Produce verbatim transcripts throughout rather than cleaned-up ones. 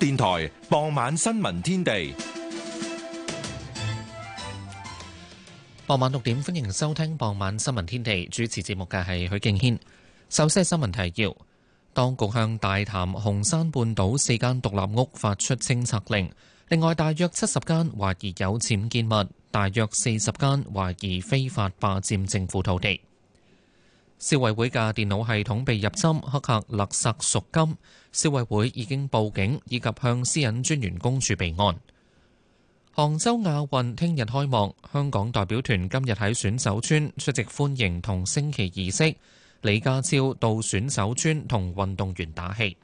電台傍晚新聞天地， 傍晚六點，歡迎收聽傍晚新聞天地。主持節目嘅係許敬軒。首先係新聞提要：當局向大潭紅山半島四間獨立屋發出清拆令，另外大約七十間懷疑有僭建物，大約四十間懷疑非法霸佔政府土地。消委會嘅電腦系統被入侵，黑客勒索贖金。消委會已經報警，以及向私隱專員公署備案。杭州亞運聽日開幕，香港代表團今日喺選手村出席歡迎同升旗儀式。李家超到選手村同運動員打氣。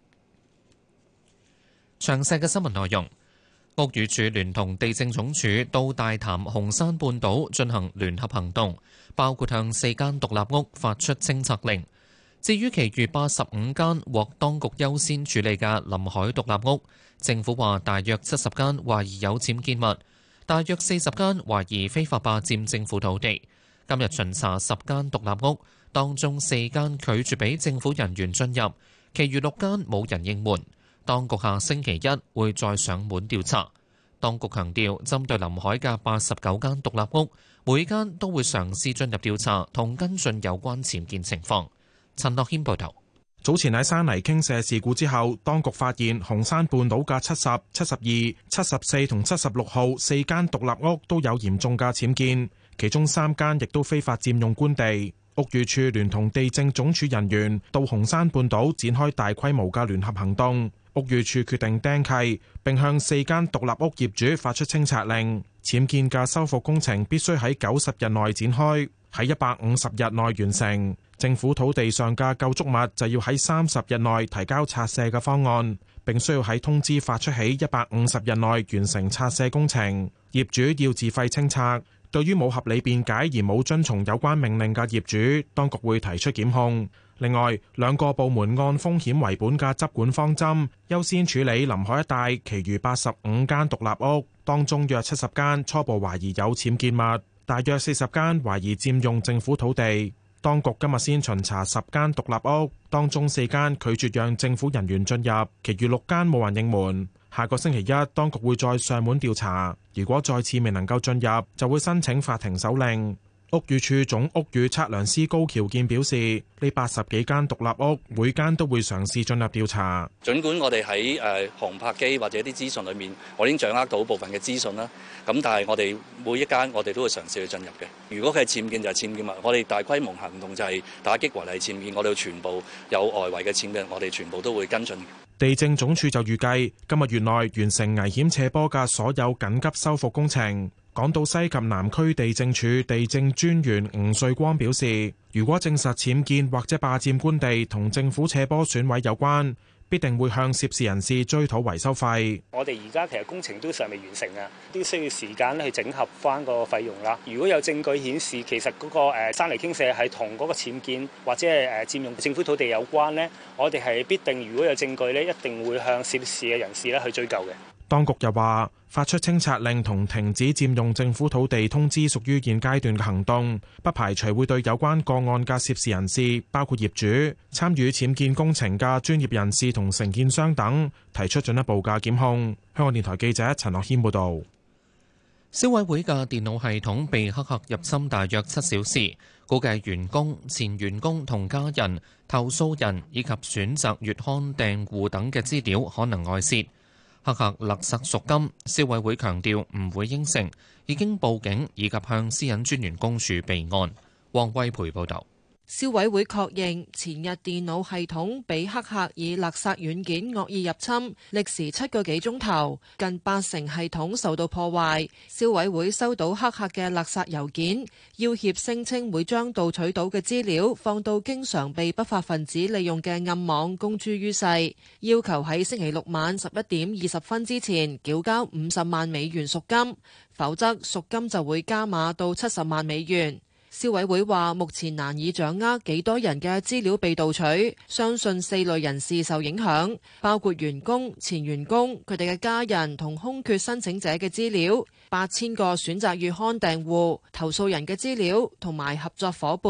詳細嘅新聞內容。屋宇署聯同地政總署到大潭紅山半島進行聯合行動，包括向四間獨立屋發出清拆令。至於其餘八十五間獲當局優先處理嘅臨海獨立屋，政府話大約七十間懷疑有僭建物，大約四十間懷疑非法霸佔政府土地。今日巡查十間獨立屋，當中四間拒絕俾政府人員進入，其餘六間冇人應門。當局下星期一會再上門調查。當局強調，針對臨海嘅八十九間獨立屋，每間都會嘗試進入調查同跟進有關僭建情況。陳樂軒報導。 早前喺山泥傾瀉事故之後，當局發現紅山半島嘅七十、七十二、七十四同七十六號四間獨立屋都有嚴重嘅僭建，其中三間亦都非法佔用官地。屋宇署聯同地政總署人員到紅山半島展開大規模嘅聯合行動。屋宇署決定釘契，並向四間獨立屋業主發出清拆令。僭建嘅修復工程必須喺九十日內展開，喺一百五十日內完成。政府土地上嘅構築物就要喺三十日內提交拆卸嘅方案，並需要喺通知發出起一百五十日內完成拆卸工程。業主要自費清拆。對於冇合理辯解而冇遵從有關命令嘅業主，當局會提出檢控。另外，兩個部門按風險為本嘅執管方針，優先處理臨海一帶其餘八十五間獨立屋，當中約七十間初步懷疑有僭建物，大約四十間懷疑佔用政府土地。當局今日先巡查十間獨立屋，當中四間拒絕讓政府人員進入，其餘六間冇人應門。下個星期一，當局會再上門調查，如果再次未能夠進入，就會申請法庭手令。屋宇署總屋宇測量師高橋健表示，呢八十幾間獨立屋，每間都會嘗試進入調查。 儘管我哋喺誒航拍機或者啲資訊裏面，我已經掌握到部分嘅資訊啦。咁但係我哋每一間，我哋都會嘗試去進入嘅。如果佢係僭建就係僭建物，我哋大規模行動就係打擊違例僭建，我哋全部有外圍嘅僭建，我哋全部都會跟進。 地政總署就預計今日月內完成危險斜坡嘅所有緊急修復工程。港島西及南區地政處地政專員吳瑞光表示，如果證實僭建或者霸佔官地同政府斜坡損毀有關，必定會向涉事人士追討維修費。 我哋而家其實工程都尚未完成啊，都需要時間去整合翻個費用啦。如果有證據顯示其實嗰個誒山泥傾瀉係同嗰個僭建或者係誒佔用政府土地有關呢，我哋係必定如果有證據呢，一定會向涉事嘅人士咧去追究嘅。 當局又話，發出清拆令同停止佔用政府土地通知屬於現階段嘅行動，不排除會對有關個案嘅涉事人士，包括業主、參與僭建工程嘅專業人士同承建商等，提出進一步嘅檢控。香港電台記者陳樂軒報導。 消委會嘅電腦系統被黑客入侵大約七小時，估計員工、前員工同家人、投訴人以及選擇月刊訂戶等嘅資料可能外泄。黑客勒索贖金，消委會強調唔會應承，已經報警以及向私隱專員公署備案。黃威培報導。 消委會確認前日電腦系統被黑客以勒索軟件惡意入侵，歷時七個幾鐘頭，近八成系統受到破壞。消委會收到黑客嘅勒索郵件，要挾聲稱會將盜取到嘅資料放到經常被不法分子利用嘅暗網公諸於世，要求喺星期六晚十一點二十分之前繳交五十萬美元贖金，否則贖金就會加碼到七十萬美元。消委會話目前難以掌握幾多人嘅資料被盜取，相信四類人士受影響，包括員工、前員工、佢哋嘅家人同空缺申請者嘅資料、八千個選擇月刊訂戶、投訴人嘅資料同埋合作夥伴。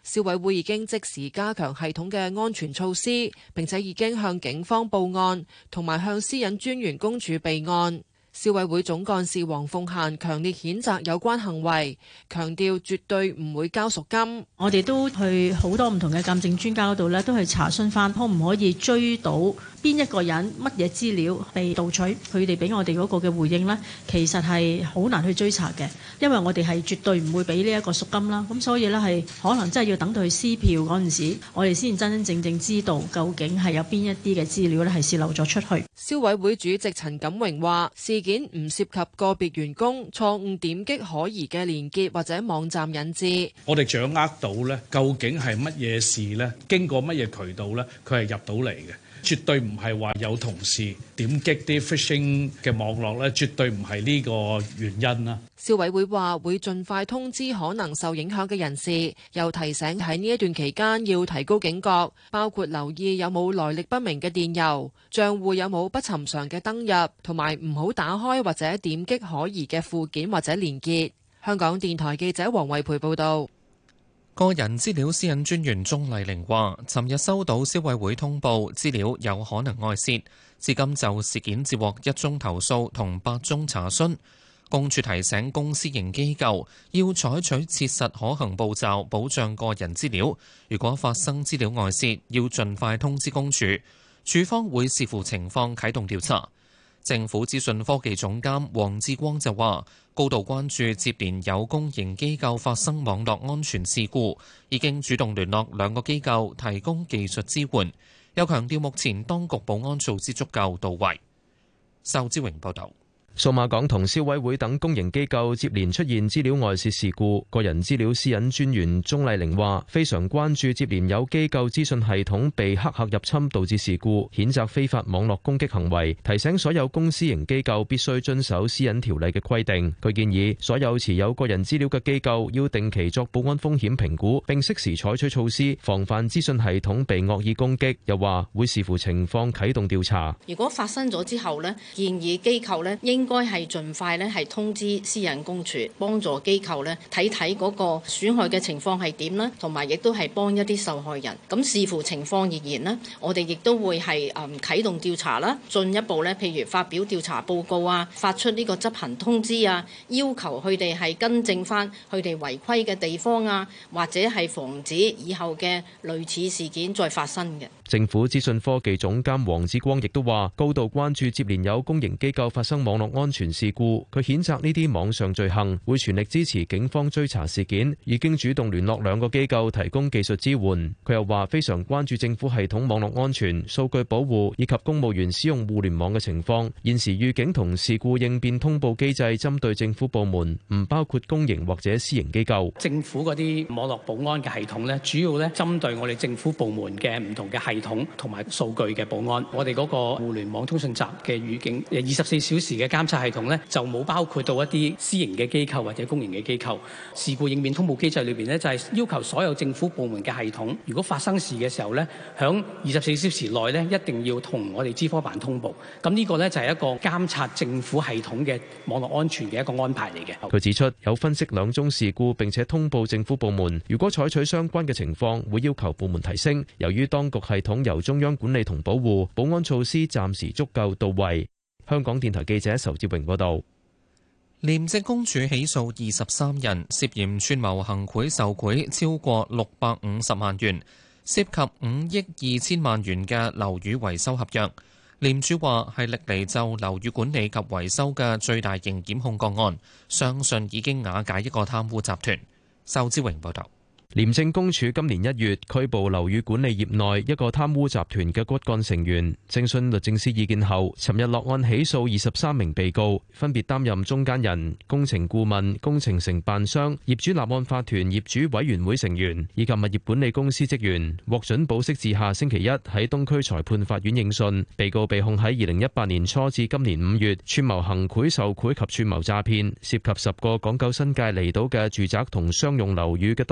消委會已經即時加強系統嘅安全措施，並且已經向警方報案，同埋向私隱專員公署備案。消委會總幹事黃鳳嫻強烈譴責有關行為，強調絕對唔會交贖金。 我哋都去好多唔同嘅鑑證專家嗰度呢，都去查詢翻可唔可以追到邊一個人乜嘢資料被盜取，佢哋俾我哋嗰個嘅回應呢，其實係好難去追查嘅，因為我哋係絕對唔會俾呢一個贖金啦。咁所以呢，係可能真係要等到去撕票嗰陣時，我哋先真真正正知道究竟係有邊一啲嘅資料呢係洩漏咗出去。 消委會主席陳錦榮話：事件唔涉及個別員工錯誤點擊可疑嘅連結或者網站引致。我哋掌握到呢，究竟係乜嘢事呢？經過乜嘢渠道呢？佢係入到嚟嘅。絕對唔係話有同事點擊啲 phishing 嘅網絡咧，絕對唔係呢個原因啦。 消委會話會盡快通知可能受影響嘅人士，又提醒喺呢一段期間要提高警覺，包括留意有冇來歷不明嘅電郵、賬戶有冇不尋常嘅登入，同埋唔好打開或者點擊可疑嘅附件或者連結。香港電台記者黃慧培報道。 個人資料私隱專員鍾麗玲話，尋日收到消委會通報，資料有可能外泄，至今就事件接獲一宗投訴同八宗查詢。公署提醒公私營機構要採取切實可行步驟，保障個人資料。如果發生資料外泄，要盡快通知公署，署方會視乎情況啟動調查。政府資訊科技總監黃志光就話，高度關注接連有公營機構發生網絡安全事故，已經主動聯絡兩個機構提供技術支援，又強調目前當局保安措施足夠到位。仇志榮報導。 數碼港同消委會等公營機構接連出現資料外泄事故，個人資料私隱專員鍾麗玲話：非常關注接連有機構資訊系統被黑客入侵導致事故，譴責非法網絡攻擊行為，提醒所有公私營機構必須遵守私隱條例嘅規定。佢建議所有持有個人資料嘅機構要定期作保安風險評估，並適時採取措施防範資訊系統被惡意攻擊。又話會視乎情況啟動調查。 如果發生咗之後呢，建議機構呢應應該係盡快咧，係通知私隱公署，幫助機構咧睇睇嗰個損害嘅情況係點啦，同埋亦都係幫一啲受害人。咁視乎情況而言咧，我哋亦都會係誒啟動調查啦，進一步咧，譬如發表調查報告啊，發出呢個執行通知啊，要求佢哋係更正翻佢哋違規嘅地方啊，或者係防止以後嘅類似事件再發生嘅。 政府資訊科技總監黃志光亦都話，高度關注接連有公營機構發生網絡安全事故，佢譴責呢啲網上罪行，會全力支持警方追查事件，已經主動聯絡兩個機構提供技術支援。佢又話非常關注政府系統網絡安全、數據保護以及公務員使用互聯網嘅情況。現時預警同事故應變通報機制針對政府部門，唔包括公營或者私營機構。 政府嗰啲網絡保安嘅系統咧，主要咧針對我哋政府部門嘅唔同嘅系統同埋數據嘅保安。我哋嗰個互聯網通訊閘嘅預警二十四小時嘅監察系統咧，就冇包括到一啲私營嘅機構或者公營嘅機構。事故應變通報機制裏邊咧，就係要求所有政府部門嘅系統，如果發生事嘅時候咧，響二十四小時內咧，一定要同我哋資科辦通報。咁呢個咧就係一個監察政府系統嘅網絡安全嘅一個安排嚟嘅。 佢指出，有分析兩宗事故並且通報政府部門，如果採取相關嘅情況，會要求部門提升。由於當局系統由中央管理同保護，保安措施暫時足夠到位。香港電台記者仇志榮報道。 廉政公署起訴二十三人，涉嫌串謀行賄受賄超過六百五十萬元，涉及五億二千萬元嘅樓宇維修合約。廉署話係歷嚟就樓宇管理及維修嘅最大型檢控個案，相信已經瓦解一個貪污集團。仇志榮報道。 廉政公署今年一月拘捕樓宇管理業內一個貪污集團嘅骨幹成員，徵詢律政司意見後，尋日落案起訴二十三名被告，分別擔任中間人、工程顧問、工程承辦商、業主立案法團業主委員會成員以及物業管理公司職員，獲准保釋至下星期一喺東區裁判法院應訊。被告被控喺二零一八年初至今年五月串謀行賄受賄及串謀詐騙，涉及十個港九新界離島嘅住宅同商用樓宇嘅多個大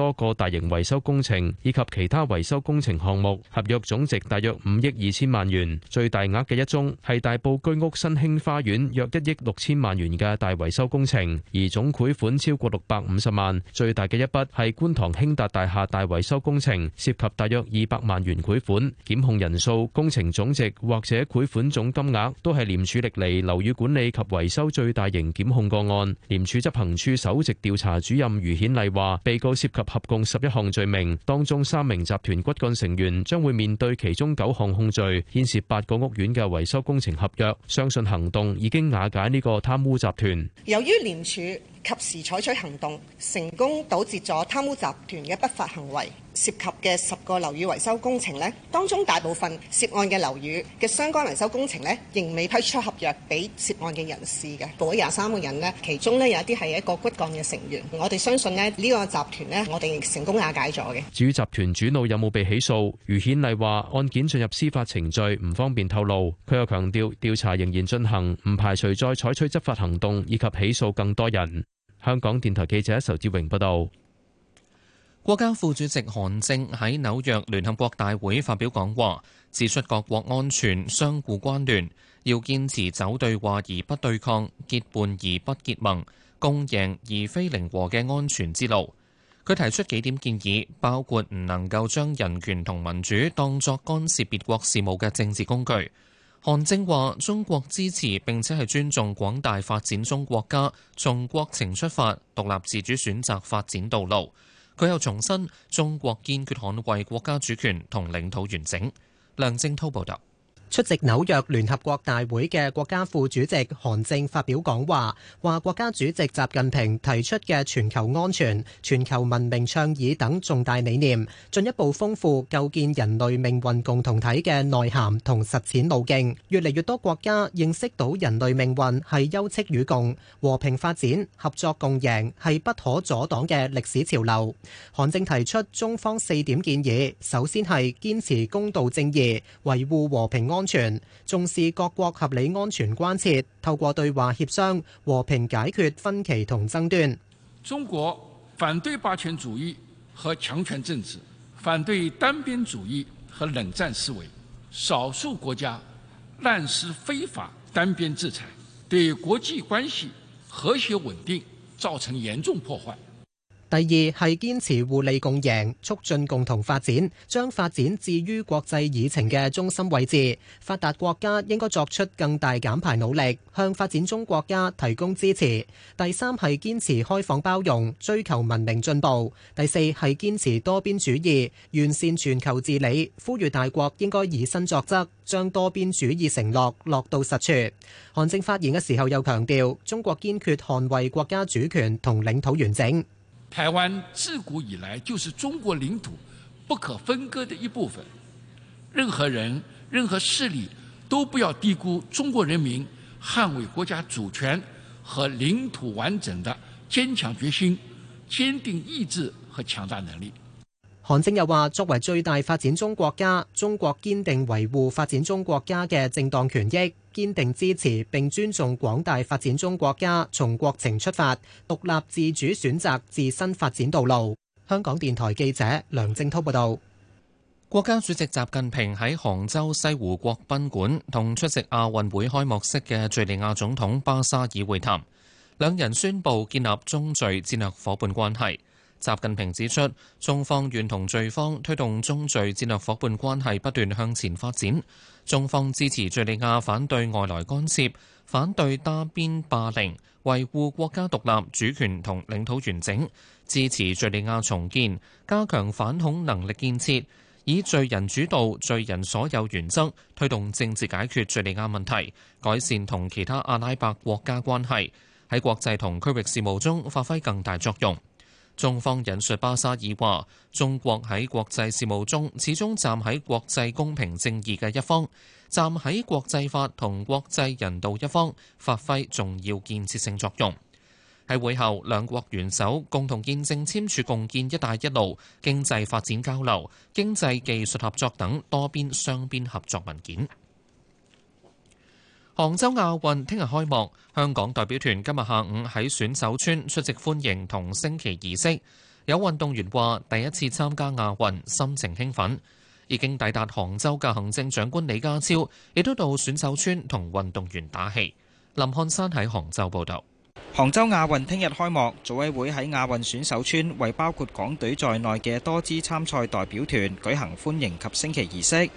大型維修工程以及其他維修工程項目，合約總值大約五億二千萬元。最大額嘅一宗係大埔居屋新興花園約一億六千萬元嘅大維修工程，而總賄款超過六百五十萬。最大嘅一筆係觀塘興達大廈大維修工程，涉及大約二百萬元賄款。檢控人數、工程總值或者賄款總金額都係廉署歷嚟樓宇管理及維修最大型檢控個案。廉署執行處首席調查主任余顯麗話，被告涉及合共十一項罪名，當中三名集團骨幹成員將會面對其中九項控罪，牽涉八個屋苑嘅維修工程合約。相信行動已經瓦解呢個貪污集團。 由於廉署及時採取行動，成功堵截咗貪污集團嘅不法行為。涉及嘅十個樓宇維修工程呢，當中大部分涉案嘅樓宇嘅相關維修工程呢，仍未批出合約俾涉案嘅人士嘅。嗰廿三個人呢，其中呢有一啲係一個骨幹嘅成員。我哋相信呢，呢個集團呢，我哋成功瓦解咗嘅。 至於集團主腦有冇被起訴，余顯麗話案件進入司法程序，唔方便透露。佢又強調調查仍然進行，唔排除再採取執法行動以及起訴更多人。香港電台記者仇志榮報道。 國家副主席韓正喺紐約聯合國大會發表講話，指出各國安全相互關聯，要堅持走對話而不對抗、結伴而不結盟、共贏而非零和嘅安全之路。佢提出幾點建議，包括唔能夠將人權同民主當作干涉別國事務嘅政治工具。韓正話：中國支持並且係尊重廣大發展中國家從國情出發，獨立自主選擇發展道路。佢又重申，中國堅決捍衛國家主權同領土完整。梁正滔報導。 出席紐約聯合國大會嘅國家副主席韓正發表講話，話國家主席習近平提出嘅全球安全、全球文明倡議等重大理念，進一步豐富構建人類命運共同體嘅內涵同實踐路徑。越嚟越多國家認識到人類命運係休戚與共，和平發展、合作共贏係不可阻擋嘅歷史潮流。韓正提出中方四點建議，首先係堅持公道正義，維護和平安全。安全，重視各國合理安全關切，透過對話協商和平解決分歧同爭端。 中國反對霸權主義和強權政治，反對單邊主義和冷戰思維。少數國家濫施非法單邊制裁，對國際關係和諧穩定造成嚴重破壞。 第二係堅持互利共贏，促進共同發展，將發展置於國際議程嘅中心位置。發達國家應該作出更大減排努力，向發展中國家提供支持。第三係堅持開放包容，追求文明進步。第四係堅持多邊主義，完善全球治理，呼籲大國應該以身作則，將多邊主義承諾落到實處。韓正發言嘅時候又強調，中國堅決捍衛國家主權同領土完整。 台灣自古以來就是中國領土不可分割的一部分，任何人、任何勢力都不要低估中國人民捍衛國家主權和領土完整的堅強決心、堅定意志和強大能力。 韓正又話，作為最大發展中國家，中國堅定維護發展中國家嘅正當權益，堅定支持並尊重廣大發展中國家從國情出發，獨立自主選擇自身發展道路。香港電台記者梁正滔報導。 國家主席習近平喺杭州西湖國賓館同出席亞運會開幕式嘅敘利亞總統巴沙爾會談，兩人宣布建立中敘戰略夥伴關係。習近平指出，中方願同敘方推動中敘戰略夥伴關係不斷向前發展。中方支持敘利亞反對外來干涉，反對單邊霸凌，維護國家獨立主權同領土完整，支持敘利亞重建，加強反恐能力建設，以敘人主導、敘人所有原則推動政治解決敘利亞問題，改善同其他阿拉伯國家關係，喺國際同區域事務中發揮更大作用。中方引述巴沙爾話：中國喺國際事務中始終站喺國際公平正義嘅一方，站喺國際法同國際人道一方，發揮重要建設性作用。喺會後，兩國元首共同見證簽署共建「一帶一路」經濟發展交流、經濟技術合作等多邊雙邊合作文件。杭州亞運聽日開幕，香港代表團今日下午喺選手村出席歡迎同升旗儀式。 有運動員話：第一次參加亞運，心情興奮。已經抵達杭州嘅行政長官李家超，亦都到選手村同運動員打氣。林漢山喺杭州報導。 杭州亞運聽日開幕，組委會喺亞運選手村為包括港隊在內嘅多支參賽代表團舉行歡迎及升旗儀式。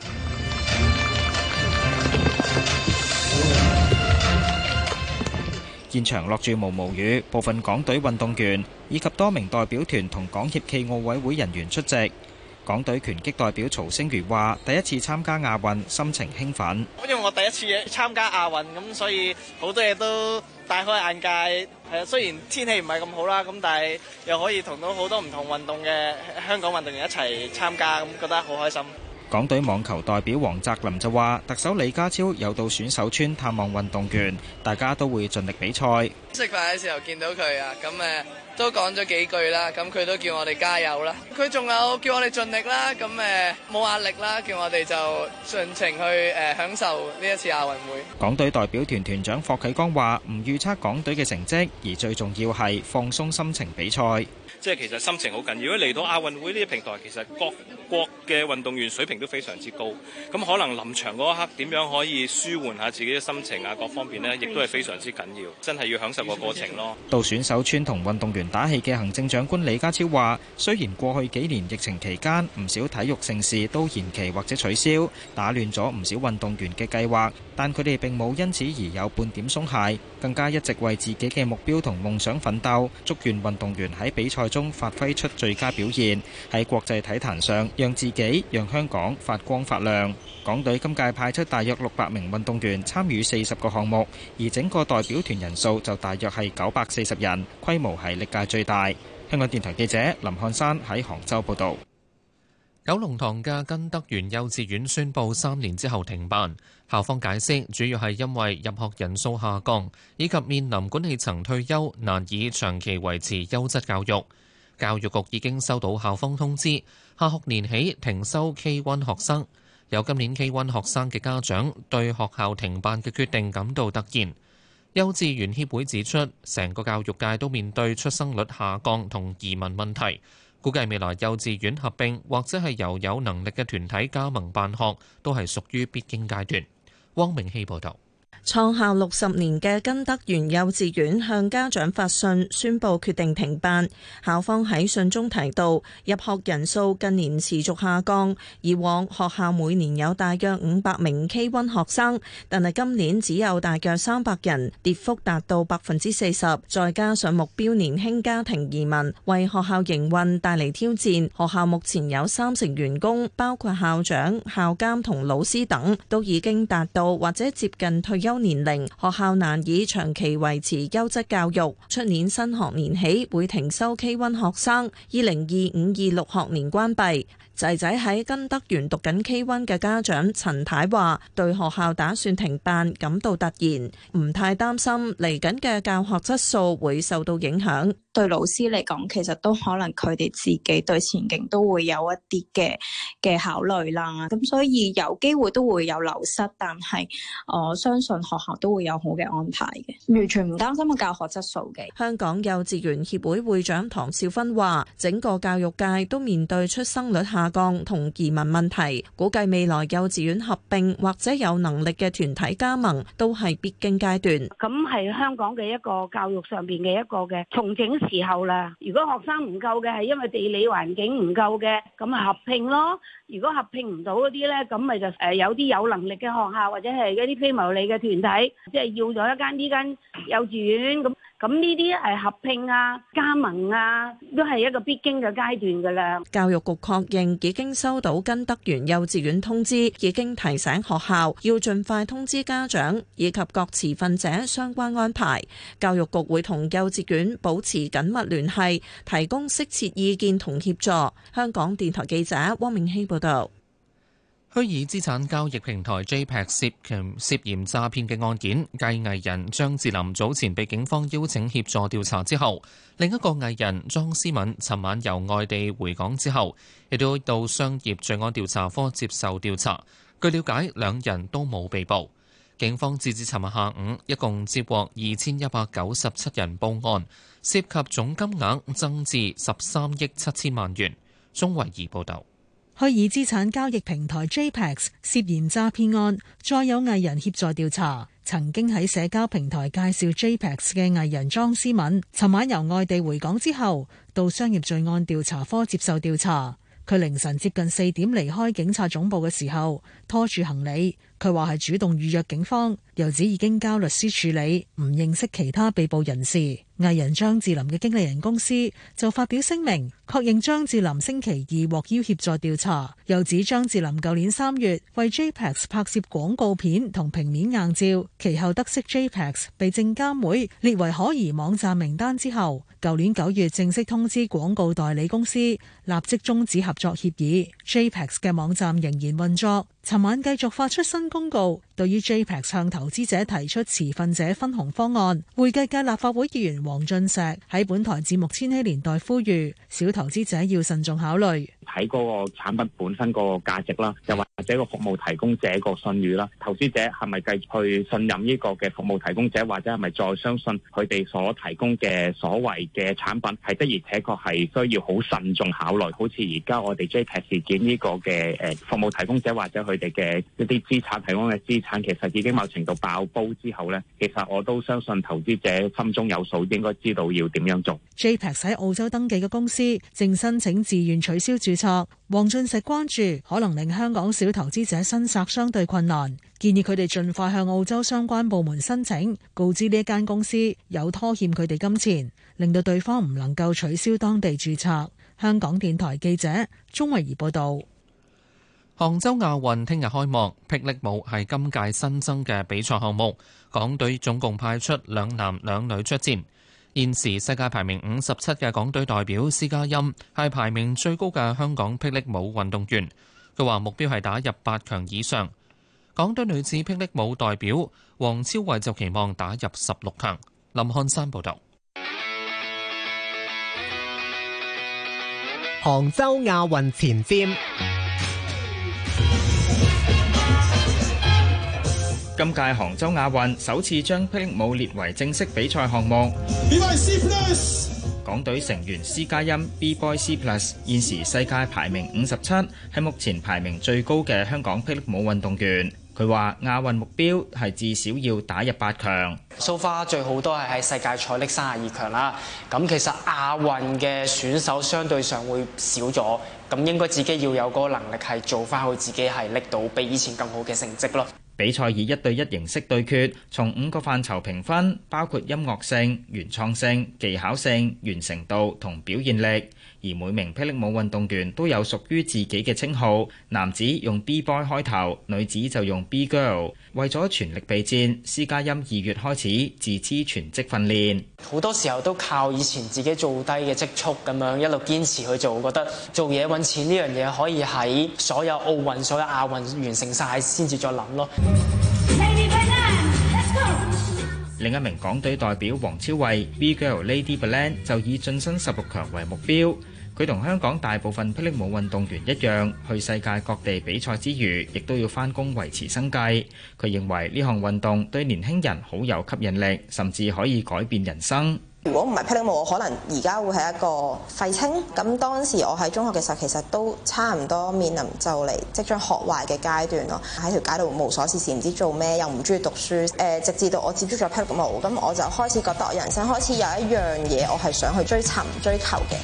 現場落住毛毛雨，部分港隊運動員以及多名代表團同港協暨奧委會人員出席。港隊拳擊代表曹星如話：第一次參加亞運，心情興奮。 因為我第一次參加亞運，咁所以好多嘢都大開眼界。係啊，雖然天氣唔係咁好啦，咁但係又可以同到好多唔同運動嘅香港運動員一齊參加，咁覺得好開心。 港隊網球代表黃澤林就話：特首李家超有到選手村探望運動員，大家都會盡力比賽。 食飯嘅時候見到佢啊，咁誒都講咗幾句啦，咁佢都叫我哋加油啦。佢仲有叫我哋盡力啦，咁誒冇壓力啦，叫我哋就盡情去誒享受呢一次亞運會。 港隊代表團團長霍啟剛話：唔預測港隊嘅成績，而最重要係放鬆心情比賽。 即係其實心情好緊要。如果嚟到亞運會呢啲平台，其實各國嘅運動員水平都非常之高。咁可能臨場嗰一刻點樣可以舒緩下自己嘅心情啊，各方面呢，亦都係非常之緊要。真係要享受個過程咯。 到選手村同運動員打氣嘅行政長官李家超話：雖然過去幾年疫情期間唔少體育盛事都延期或者取消，打亂咗唔少運動員嘅計劃，但佢哋並冇因此而有半點鬆懈，更加一直為自己嘅目標同夢想奮鬥。祝願運動員喺比賽中發揮出最佳表現，喺國際體壇上讓自己、讓香港發光發亮。港隊今屆派出大約六百名運動員參與四十個項目，而整個代表團人數就大約係九百四十人，規模係歷屆最大。香港電台記者林漢山喺杭州報導。 九龍塘嘅根德園幼稚園宣布三年之後停辦，校方解釋主要係因為入學人數下降，以及面臨管理層退休，難以長期維持優質教育。教育局已經收到校方通知，下學年起停收 K 一 學生。有今年 K 一 學生嘅家長對學校停辦嘅決定感到突然。幼稚園協會指出，成個教育界都面對出生率下降同移民問題，估計未來幼稚園合併或者係由有能力嘅團體加盟辦學，都係屬於必經階段。汪明希報導。 創校六十年嘅根德園幼稚園向家長發信，宣布決定停辦。校方喺信中提到，入學人數近年持續下降，以往學校每年有大約五百名 K 一 學生，但係今年只有大約三百人，跌幅達到百分之四十。再加上目標年輕家庭移民，為學校營運帶嚟挑戰。學校目前有三成員工，包括校長、校監同老師等，都已經達到或者接近退休年齡，學校難以長期維持優質教育。出年新學年起會停收 K 一 學生，二零二五二六學年關閉。仔仔喺根德園讀緊 K 一 嘅家長陳太話，對學校打算停辦感到突然，唔太擔心嚟緊嘅教學質素會受到影響。 對老師嚟講，其實都可能佢哋自己對前景都會有一啲嘅嘅考慮啦。咁所以有機會都會有流失，但係我相信學校都會有好嘅安排嘅，完全唔擔心個教學質素嘅。 香港幼稚園協會會長唐少芬話，整個教育界都面對出生率下降同移民問題，估計未來幼稚園合併或者有能力嘅團體加盟都係必經階段。 咁係香港嘅一個教育上邊嘅一個嘅重整時候啦。如果學生唔夠嘅係因為地理環境唔夠嘅，咁咪合併咯。如果合併唔到嗰啲咧，咁咪就誒有啲有能力嘅學校或者係嗰啲非牟利嘅團體，即係要咗一間呢間幼稚園咁。咁呢啲係合併啊、加盟啊，都係一個必經嘅階段㗎啦。 教育局確認已經收到根德園幼稚園通知，已經提醒學校要盡快通知家長以及各持份者相關安排。教育局會同幼稚園保持緊密聯繫，提供適切意見同協助。香港電台記者汪明希報導。 虛擬資產交易平台 J P E X 涉嫌涉嫌詐騙嘅案件，繼藝人張智霖早前被警方邀請協助調查之後，另一個藝人莊思敏尋晚由外地回港之後，亦都到商業罪案調查科接受調查。據了解，兩人都冇被捕。 警方截至尋日下午，一共接獲二千一百九十七人報案，涉及總金額增至十三億七千萬元。鐘慧儀報導。 虛擬資產交易平台 J P E X 涉嫌詐騙案，再有藝人協助調查。曾經喺社交平台介紹 J P E X 嘅藝人莊思敏，尋晚由外地回港之後，到商業罪案調查科接受調查。佢凌晨接近四點離開警察總部嘅時候，拖住行李。佢話係主動預約警方，又指已經交律師處理，唔認識其他被捕人士。藝人張智霖嘅經理人公司就發表聲明，確認張智霖星期二獲邀協助調查，又指張智霖舊年三月為 J P E X 拍攝廣告片同平面硬照，其後得悉 J P E X 被證監會列為可疑網站名單之後，舊年九月正式通知廣告代理公司立即終止合作協議。J P E X 嘅網站仍然運作。尋晚繼續發出新公告，對於 J P E X 向投資者提出持份者分紅方案，會計界立法會議員黃俊碩喺本台節目《千禧年代》呼籲小投資者要慎重考慮， 睇嗰個產品本身個價值啦，又或者個服務提供者個信譽啦，投資者係咪繼續去信任呢個嘅服務提供者，或者係咪再相信佢哋所提供嘅所謂嘅產品係的而且確係需要好慎重考慮。好似而家我哋 J P E X 事件呢個嘅誒服務提供者或者佢哋嘅一啲資產提供嘅資產，其實已經某程度爆煲之後呢，其實我都相信投資者心中有數，應該知道要點樣做。 J P E X 喺澳洲登記嘅公司正申請自願取消註冊。黃俊石關注可能令香港小投資者申索相對困難，建議佢哋盡快向澳洲相關部門申請，告知呢一間公司有拖欠佢哋金錢，令到對方唔能夠取消當地註冊。香港電台記者鍾慧儀報道。 杭州亞運聽日開幕，霹靂舞係今屆新增嘅比賽項目，港隊總共派出兩男兩女出戰。現時世界排名五十七嘅港隊代表施嘉欣係排名最高嘅香港霹靂舞運動員。佢話目標係打入八強以上。港隊女子霹靂舞代表黃超慧就期望打入十六強。林漢山報導。 杭州亞運前瞻。 今屆杭州亞運首次將霹靂舞列為正式比賽項目。港隊成員施嘉欣 B-Boy C Plus 現時世界排名五十七，係目前排名最高嘅香港霹靂舞運動員。佢話亞運目標係至少要打入八強。 So far 最好都係喺世界賽拎三十二強啦。咁其實亞運嘅選手相對上會少咗，咁應該自己要有嗰個能力係做翻好自己，係拎到比以前更好嘅成績咯。 比賽以一對一形式對決，從五個範疇評分，包括音樂性、原創性、技巧性、完成度同表現力。而每名霹靂舞運動員都有屬於自己嘅稱號，男子用 B-Boy 開頭，女子就用 B-Girl。為咗全力備戰，施嘉欣二月開始自資全職訓練。 好多時候都靠以前自己做低嘅積蓄咁樣一路堅持去做，覺得做嘢揾錢呢樣嘢可以喺所有奧運、所有亞運完成晒先至再諗咯。 另一名港隊代表黃超慧 B-Girl Lady Belen 就以晉身十六強為目標。佢同香港大部分霹靂舞運動員一樣，去世界各地比賽之餘，亦都要返工維持生計。佢認為呢項運動對年輕人好有吸引力，甚至可以改變人生。 如果唔係霹靂舞，我可能而家會係一個廢青。咁當時我喺中學嘅時候，其實都差唔多面臨就嚟即將學壞嘅階段咯。喺條街度無所事事，唔知做咩，又唔中意讀書。誒，直至到我接觸咗霹靂舞，咁我就開始覺得我人生開始有一樣嘢，我係想去追尋、追求嘅。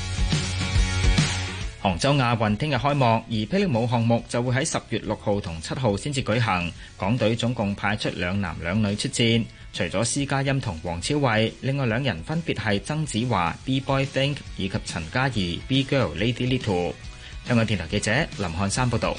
杭州亞運聽日開幕，而霹靂舞項目就會喺十月六號同七號先至舉行。港隊總共派出兩男兩女出戰，除咗施嘉欣同黃超慧，另外兩人分別係曾子華 B-Boy Think 以及陳嘉怡 B-Girl Lady Little。香港電台記者林漢山報導。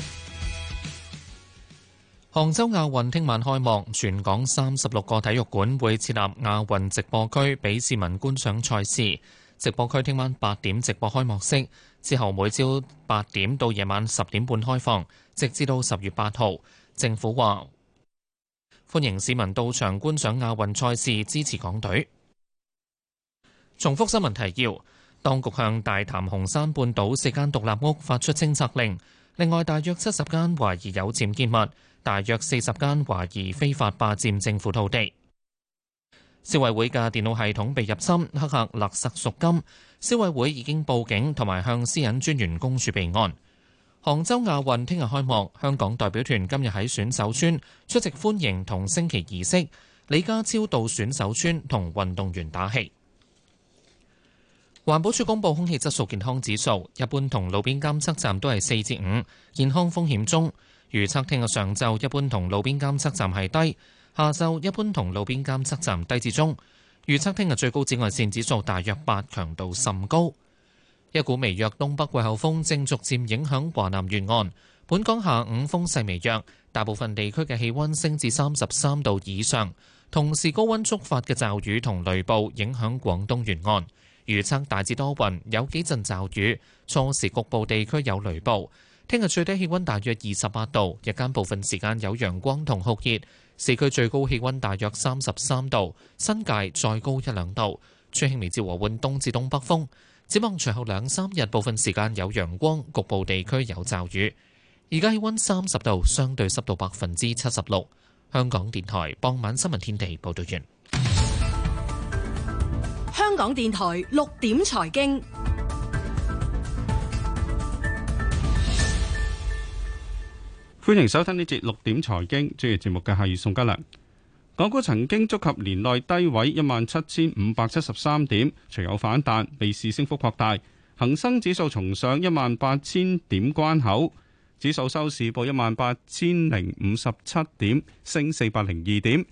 杭州亞運聽晚開幕，全港三十六個體育館會設立亞運直播區，俾市民觀賞賽事。直播區聽晚八點直播開幕式，之後每朝八點到夜晚十點半開放，直至到十月八號。政府話歡迎市民到場觀賞亞運賽事，支持港隊。重複新聞提要：當局向大潭紅山半島四間獨立屋發出清拆令，另外大約七十間懷疑有僭建物大約四十間懷疑非法霸佔政府土地。消委會嘅電腦系統被入侵，黑客勒索贖金。消委會已經報警同埋向私隱專員公署備案。杭州亞運聽日開幕，香港代表團今日喺選手村出席歡迎同升旗儀式。李家超到選手村同運動員打氣。環保署公布空氣質素健康指數，一般同路邊監測站都係四至五，健康風險中。預測聽日上晝一般同路邊監測站係低，下晝一般同路邊監測站低至中。預測聽日最高紫外線指數大約八，強度甚高。一股微弱東北季候風正逐漸影響華南沿岸，本港下午風勢微弱，大部分地區嘅氣溫升至三十三度以上。同時高溫觸發嘅驟雨同雷暴影響廣東沿岸，預測大致多雲，有幾陣驟雨，初時局部地區有雷暴。聽日最低氣溫大約二十八度，日間部分時間有陽光同酷熱，市區最高氣溫大約三十三度，新界再高一兩度，吹輕微至和緩東至東北風。展望隨後兩三日部分時間有陽光，局部地區有驟雨。而家氣溫三十度，相對濕度百分之七十六。香港電台傍晚新聞天地報道完。 香港電台六點財經， 歡迎收聽呢節六點財經。主持節目嘅係宋家良。港股曾經觸及年內低位一萬七千五百七十三點，隨後反彈，尾市升幅擴大。恒生指數重上一萬八千點關口。指數收市報一萬八千零五十七點，升四百零二點，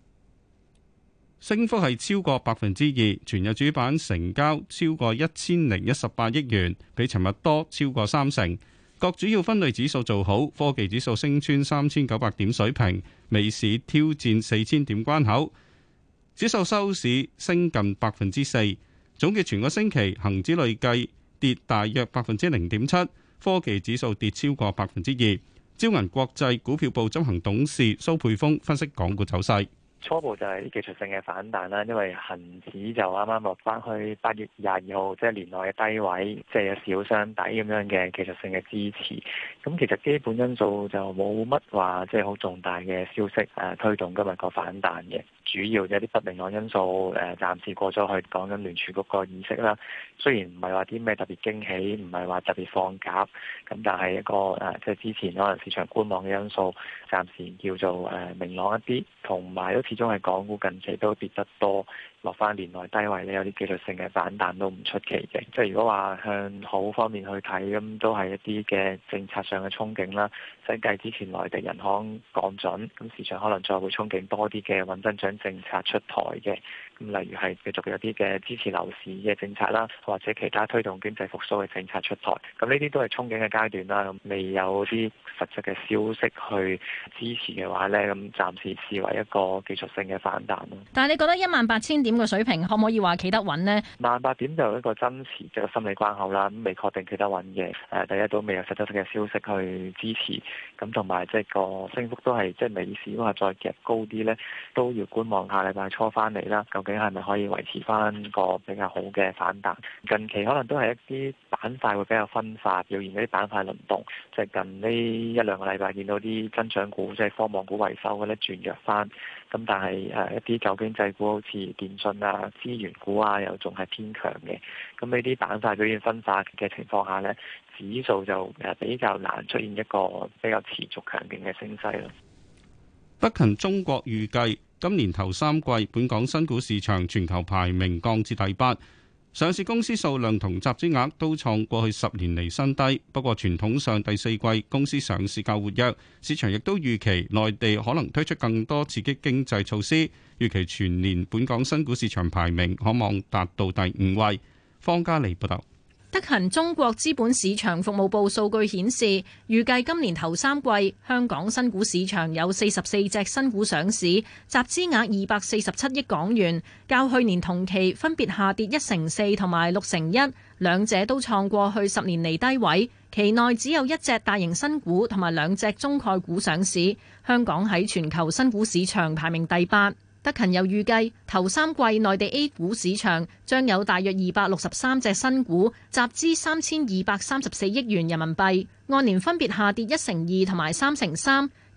升幅係超過百分之二。全日主板成交超過一千零一十八億元，比尋日多超過三成。各主要分類指數做好，科技指數升穿三千九百點水平，尾市挑戰四千點關口。指數收市升近百分之四。總結全個星期，恒指累計跌大約百分之零點七。科技指數跌超過百分之二。招銀國際股票部執行董事蘇佩峰分析港股走勢。 初步就係啲技術性嘅反彈啦，因為恒指就啱啱落翻去八月廿二號，即係年內嘅低位，即係有小雙底咁樣嘅技術性嘅支持。咁其實基本因素就冇乜話即係好重大嘅消息誒推動今日個反彈嘅。主要嘅一啲不明朗因素誒暫時過咗去，講緊聯儲局個議息啦。雖然唔係話啲咩特別驚喜，唔係話特別放鴿，咁但係一個誒即係之前可能市場觀望嘅因素，暫時叫做誒明朗一啲，同埋都始終係港股近期都跌得多，落翻年內低位咧，有啲技術性嘅反彈都唔出奇嘅。即係如果話向好方面去睇，咁都係一啲嘅政策上嘅憧憬啦。即係繼之前內地人行降準，咁市場可能再會憧憬多啲嘅穩增長政策出台嘅。咁例如係繼續有啲嘅支持樓市嘅政策啦，或者其他推動經濟復甦嘅政策出台。咁呢啲都係憧憬嘅階段啦。咁未有啲實質嘅消息去支持嘅話呢，咁暫時視為一個技術性嘅反彈咯。 但係你覺得一萬八千點嘅水平可唔可以話企得穩呢？ 萬八點就有一個真實嘅心理關口啦，咁未確定企得穩嘅。誒，第一都未有實質嘅消息去支持，咁同埋即係個升幅都係即係尾市嗰下再夾高啲呢，都要觀望下禮拜初翻嚟啦。究竟係咪可以維持翻個比較好嘅反彈？近期可能都係一啲板塊會比較分化，表現嗰啲板塊輪動。即係近呢一兩個禮拜見到啲增長股，即係科網股為首嘅咧轉弱翻。咁但係誒一啲舊經濟股，好似電信啊、資源股啊，又仲係偏強嘅。咁呢啲板塊表現分化嘅情況下呢，指數就誒比較難出現一個比較持續強勁嘅升勢咯。 德勤中國預計今年頭三季本港新股市場全球排名降至第八，上市公司數量同集資額都創過去十年嚟新低。不過傳統上第四季公司上市較活躍，市場亦都預期內地可能推出更多刺激經濟措施，預期全年本港新股市場排名可望達到第五位。方嘉利報道。 德勤中國資本市場服務部數據顯示，預計今年頭三季香港新股市場有四十四隻新股上市，集資額二百四十七億港元，較去年同期分別下跌一成四同埋六成一，兩者都創過去十年嚟低位。期內只有一隻大型新股同埋兩隻中概股上市，香港喺全球新股市場排名第八。德勤又預計頭三季內地 A 股市場將有大約二百六十三隻新股集資三千二百三十四億元人民幣，按年分別下跌一成二同埋三成三。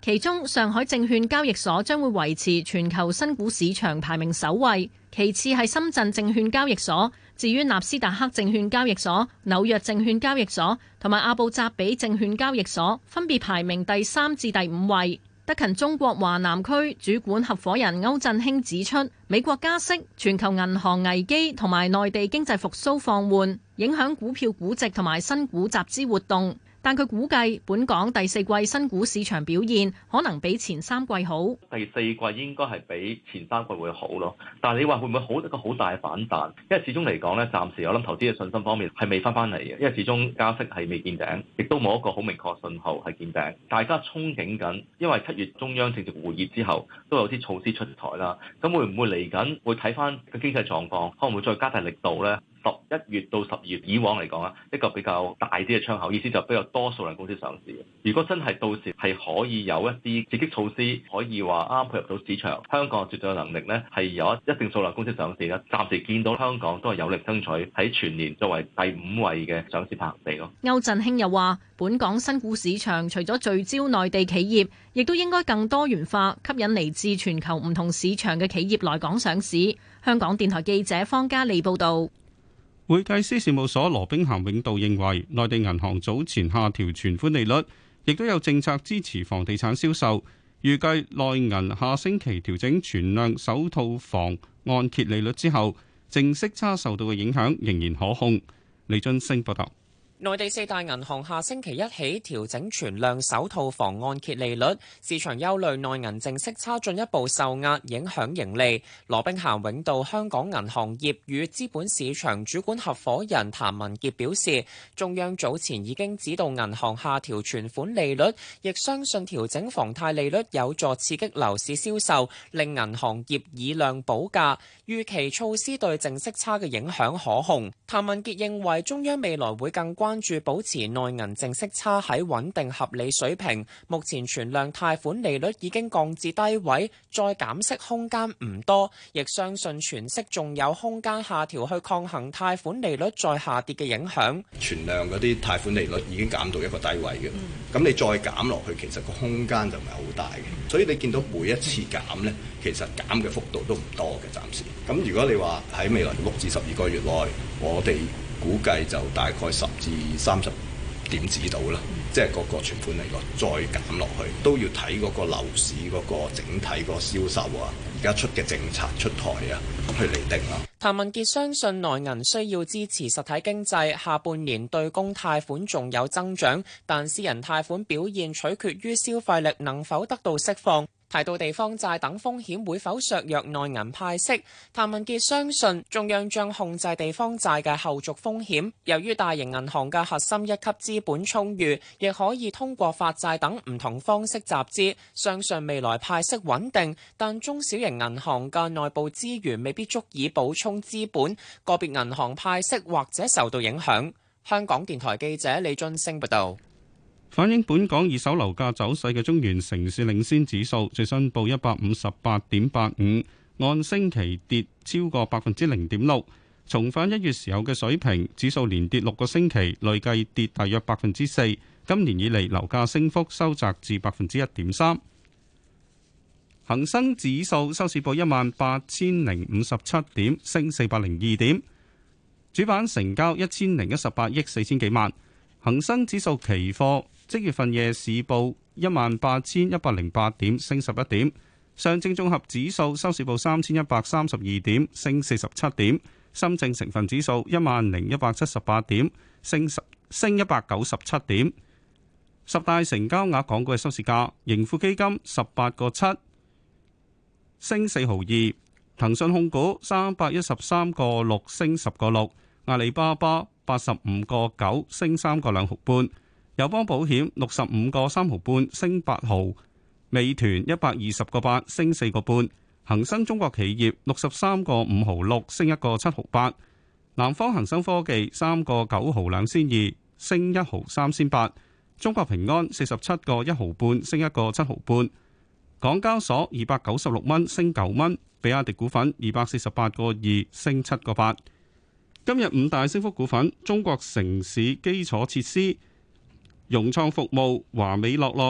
其中上海證券交易所將會維持全球新股市場排名首位，其次係深圳證券交易所。至於納斯達克證券交易所、紐約證券交易所同埋阿布扎比證券交易所，分別排名第三至第五位。德勤中國華南區主管合夥人歐振興指出，美國加息、全球銀行危機同埋內地經濟復甦放緩，影響股票估值同埋新股集資活動。但佢估計本港第四季新股市場表現可能比前三季好。 第四季應該係比前三季會好咯。但係你話會唔會好一個好大嘅反彈？因為始終嚟講咧，暫時我諗投資嘅信心方面係未翻翻嚟嘅，因為始終加息係未見頂，亦都冇一個好明確信號係見頂。大家憧憬緊，因為七月中央政治會議之後都有啲措施出台啦。咁會唔會嚟緊會睇翻個經濟狀況，可能會再加大力度咧？十一月到十二月，以往嚟講啊，一個比較大啲嘅窗口，意思就比較多數量公司上市。如果真係到時係可以有一啲刺激措施，可以話啱配合到市場，香港絕對有能力呢係有一定數量公司上市啦。暫時見到香港都係有力爭取喺全年作為第五位嘅上市排行地咯。 歐振興又話：本港新股市場除咗聚焦內地企業，亦都應該更多元化，吸引嚟自全球唔同市場嘅企業來港上市。香港電台記者方嘉利報導。 會計師事務所羅兵咸永道認為，內地銀行早前下調存款利率，亦都有政策支持房地產銷售。預計內銀下星期調整存量首套房按揭利率之後，淨息差受到嘅影響仍然可控。李津升報道。 內地四大銀行下星期一起調整存量首套房按揭利率，市場憂慮內銀淨息差進一步受壓，影響盈利。羅兵咸永道香港銀行業與資本市場主管合夥人譚文傑表示，中央早前已經指導銀行下調存款利率，亦相信調整房貸利率有助刺激樓市銷售，令銀行業以量補價。預期措施對淨息差嘅影響可控。譚文傑認為中央未來會更關注保持內銀淨息差喺穩定合理水平。目前存量貸款利率已經降至低位，再減息空間唔多，亦相信存息仲有空間下調去抗衡貸款利率再下跌嘅影響。 存量嗰啲貸款利率已經減到一個低位嘅，咁你再減落去，其實個空間就唔係好大嘅。所以你見到每一次減呢，其實減嘅幅度都唔多嘅，暫時。咁如果你話喺未來六至十二個月內，我哋估計就大概十至三十點子到啦，即係嗰個存款利率再減落去，都要睇嗰個樓市嗰個整體個銷售啊，而家出嘅政策出台啊，去釐定啦。 譚文傑相信內銀需要支持實體經濟，下半年對公貸款仲有增長，但私人貸款表現取決於消費力能否得到釋放。提到地方債等風險會否削弱內銀派息，譚文傑相信中央將控制地方債嘅後續風險。由於大型銀行嘅核心一級資本充裕，亦可以通過發債等唔同方式集資，相信未來派息穩定。但中小型銀行嘅內部資源未必足以補充資本，個別銀行派息或者受到影響。香港電台記者李津升報道。 反映本港二手樓價走勢嘅中原城市領先指數最新報一百五十八點八五，按星期跌超過百分之零點六，重返一月時候嘅水平。指數連跌六個星期，累計跌大約百分之四。今年以嚟樓價升幅收窄至百分之一點三。恒生指數收市報一萬八千零五十七點，升四百零二點。主板成交一千零一十八億四千幾萬。恒生指數期貨即月份夜市報一萬八千一百零八點，升十一點。上證綜合指數收市報三千一百三十二點，升四十七點。深證成分指數一萬零一百七十八點，升十升一百九十七點。十大成交額港股嘅收市價，盈富基金十八個七，升四毫二。騰訊控股三百一十三個六，升十個六。阿里巴巴八十五個九，升三個兩毫半。友邦保險六十五個三毫半，升八毫。美團一百二十個八，升四個半。恒生中國企業六十三個五毫六，升一個七毫八。南方恒生科技三個九毫兩仙二，升一毫三仙八。中國平安四十七個一毫半，升一個七毫半。港交所二百九十六蚊，升九蚊。比亞迪股份二百四十八個二，升七個八。今日五大升幅股份：中國城市基礎設施、融創服務、華美樂樂、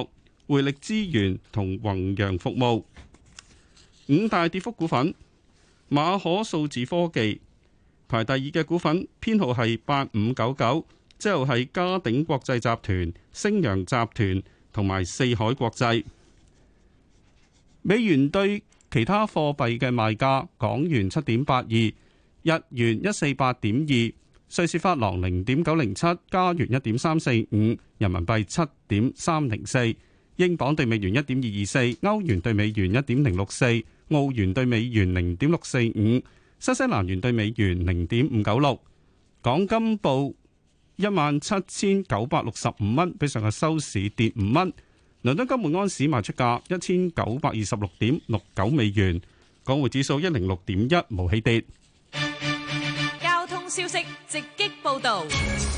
匯力資源同宏洋服務。五大跌幅股份，馬可數字科技排第二嘅股份編號係八五九九，之後係嘉鼎國際集團、星陽集團同埋四海國際。美元對其他貨幣嘅賣價：港元七點八二，日元一四八點二，瑞士法郎零點九零七，加元一點三四五，人民幣七點三零四，英鎊對美元一點二二四，歐元對美元一點零六四，澳元對美元零點六四五，新西蘭元對美元零點五九六。港金報一萬七千九百六十五蚊，比上日收市跌五蚊。倫敦金每安士賣出價一千九百二十六點六九美元，港匯指數一零六點一，無起跌。 交通消息直擊報道。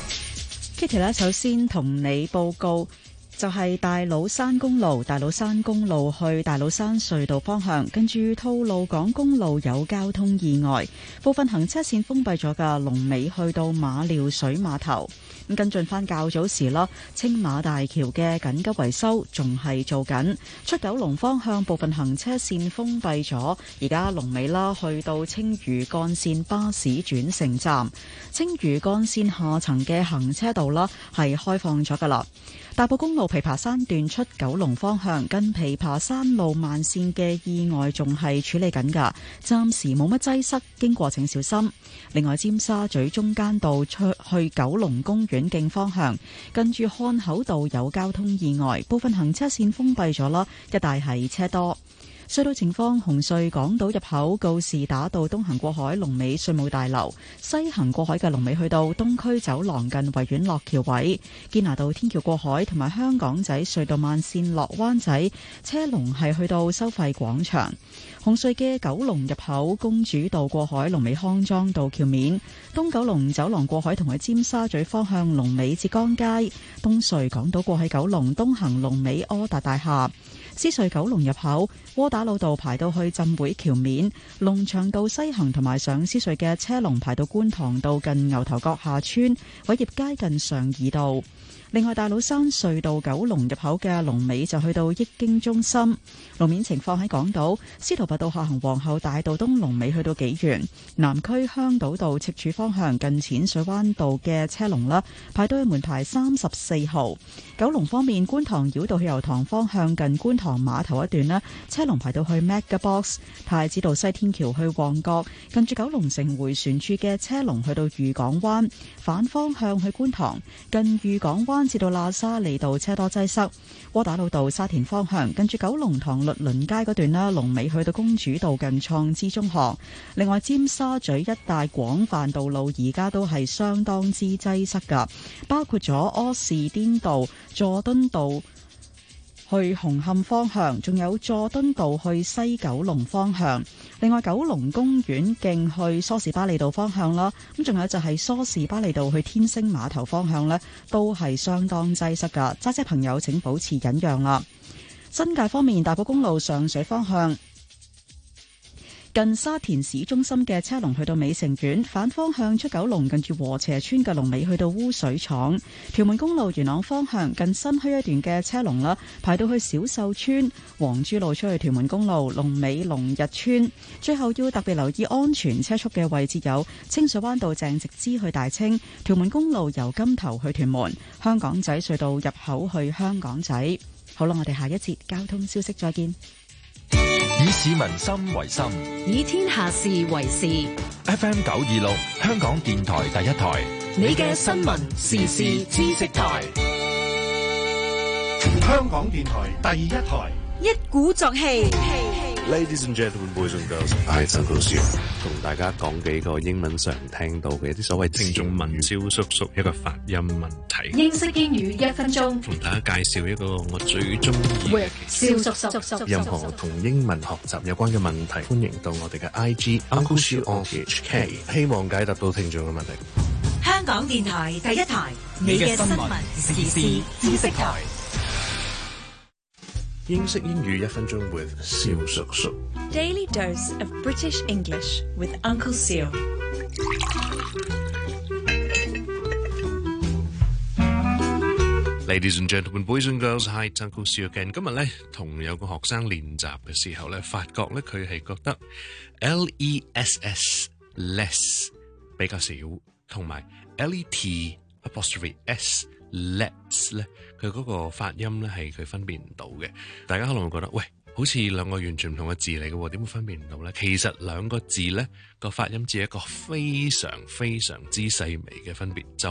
Kitty 咧，首先同你報告。就係大老山公路，大老山公路去大老山隧道方向，跟住吐露港公路有交通意外，部分行車線封閉咗嘅龍尾去到馬料水碼頭。咁跟進翻較早時啦，青馬大橋嘅緊急維修仲係做緊，出九龍方向部分行車線封閉咗，而家龍尾啦去到青嶼幹線巴士轉乘站，青嶼幹線下層嘅行車道啦係開放咗噶啦。大埔公路琵琶山段出九龍方向，近琵琶山路慢線嘅意外仲係處理緊㗎，暫時冇乜擠塞，經過請小心。另外，尖沙咀中間道出去九龍公園徑方向，近住漢口道有交通意外，部分行車線封閉咗啦，一帶係車多。隧道情況：紅隧港島入口告士打道東行過海龍尾稅務大樓，西行過海嘅龍尾去到東區走廊近維園落橋位，堅拿道天橋過海同埋香港仔隧道慢線落灣仔車龍係去到收費廣場。紅隧嘅九龍入口公主道過海龍尾康莊道橋面，東九龍走廊過海同埋尖沙咀方向龍尾浙江街，東隧港島過去九龍東行龍尾柯達大廈。獅隧九龍入口窩打老道排到去浸會橋面，龍翔道西行同埋上獅隧嘅車龍排到觀塘道近牛頭角下村，偉業街近上怡道。另外，大老山隧道九龍入口嘅龍尾就去到益京中心。路面情況喺港島司徒拔道下行皇后大道東龍尾去到紀元，南區香島道赤柱方向近淺水灣道嘅車龍啦，排到去門牌三十四號。九龍方面，觀塘繞道去油塘方向近觀塘碼頭一段啦，車龍排到去 MegaBox。太子道西天橋去旺角，近住九龍城迴旋處嘅車龍去到漁港灣，反方向去觀塘近漁港灣至到喇沙利道車多擠塞。窩打老道沙田方向近住九龍塘律倫街嗰段啦，龍尾去到公主道近創知中學。另外，尖沙咀一帶廣泛道路而家都係相當之擠塞噶，包括咗柯士甸道、佐敦道去紅磡方向，仲有佐敦道去西九龍方向。另外，九龍公園徑去梳士巴利道方向啦，咁仲有就係梳士巴利道去天星碼頭方向呢，都係相當擠塞噶。揸車朋友請保持忍讓啦。新界方面，大埔公路上水方向近沙田市中心嘅車龍去到美城苑，反方向出九龍近住禾輋村嘅龍尾去到污水廠。屯門公路元朗方向近新墟一段嘅車龍啦，排到去小秀村。黃珠路出去屯門公路龍尾龍日村。最後要特別留意安全車速嘅位置有清水灣道鄭直支去大清，屯門公路由金頭去屯門，香港仔隧道入口去香港仔。好啦，我哋下一節交通消息再見。 以市民心為心， 以天下事為事。 F M 九二六，香港電台第一台， 你嘅新聞時事知識台， 香港電台第一台， 一鼓作氣。 Ladies and gentlemen, boys and girls， 我係陳老師，同大家講幾個英文常聽到嘅一啲所謂聽眾問蕭叔叔一個發音問題。 英式英語一分鐘， 同大家介紹一個我最中意嘅蕭叔叔。 任何同英文學習有關嘅問題，歡迎到我哋嘅 I G Uncle Siu on H K， 希望解答到聽眾嘅問題。 香港電台第一台，你嘅新聞時事知識台。 英式英語一分鐘 with 蕭叔叔。 Daily dose of British English with Uncle Siu。 Ladies and gentlemen, boys and girls, hi, Uncle See you again。今日咧同有個學生練習嘅時候咧，發覺咧佢係覺得 L E S S less 比較少，同埋 L E T apostrophe S less 咧，佢嗰個發音咧係佢分辨唔到嘅。大家可能會覺得，喂，好似兩個完全唔同嘅字嚟嘅喎，點會分辨唔到咧？其實兩個字咧個發音只係一個非常非常之細微嘅分別。就